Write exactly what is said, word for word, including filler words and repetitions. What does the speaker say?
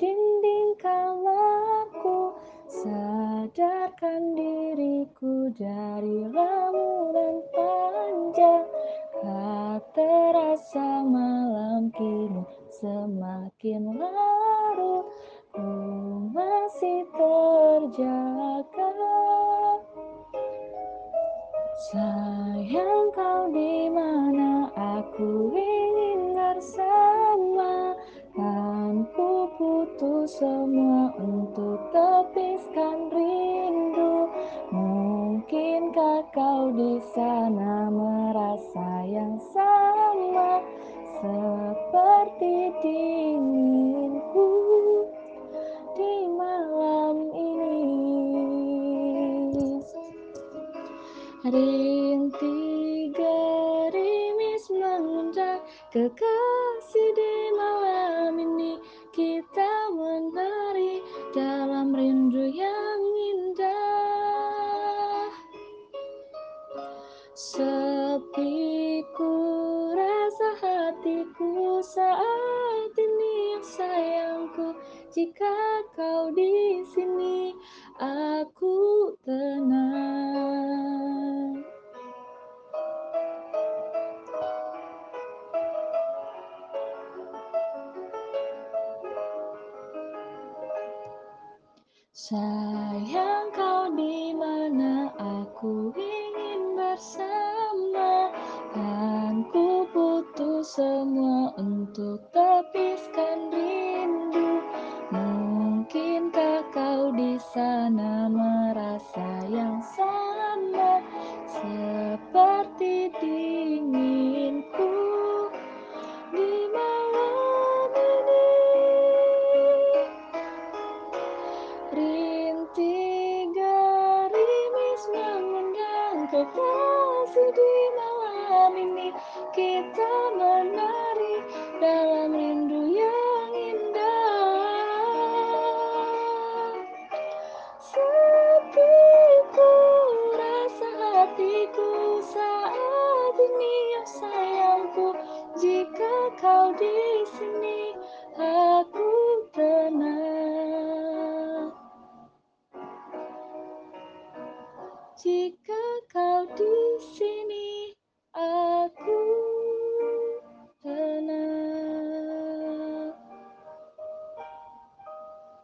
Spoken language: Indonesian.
bimbingkanlah aku, sadarkan diriku dari lamunan panjang. Tak terasa malam kini semakin larut, ku masih terjaga. Sayang, kau di mana? Aku ingin bersama, kan ku putus semua untuk tepiskan rindu. Mungkinkah kau di sana merasa yang sama seperti dinginku di malam ini? Rintik gerimis mengundang kekasih di malam ini. Kita menari dalam rindu yang indah. Sepi ku rasa hatiku saat ini, sayangku. Jika kau di sini, aku tenang. Sayang, kau di mana? Aku ingin bersama, kan ku putus semua untuk tepiskan rindu. Mungkinkah kau di sana merasa yang sama seperti dinginku di malam ini? Rintik gerimis mengundang kekasih di malam ini. Kita menari dalam rindu yang indah. Sepi ku rasa hatiku saat ini, oh sayangku. Jika kau di sini, aku tenang. Jika kau di sini.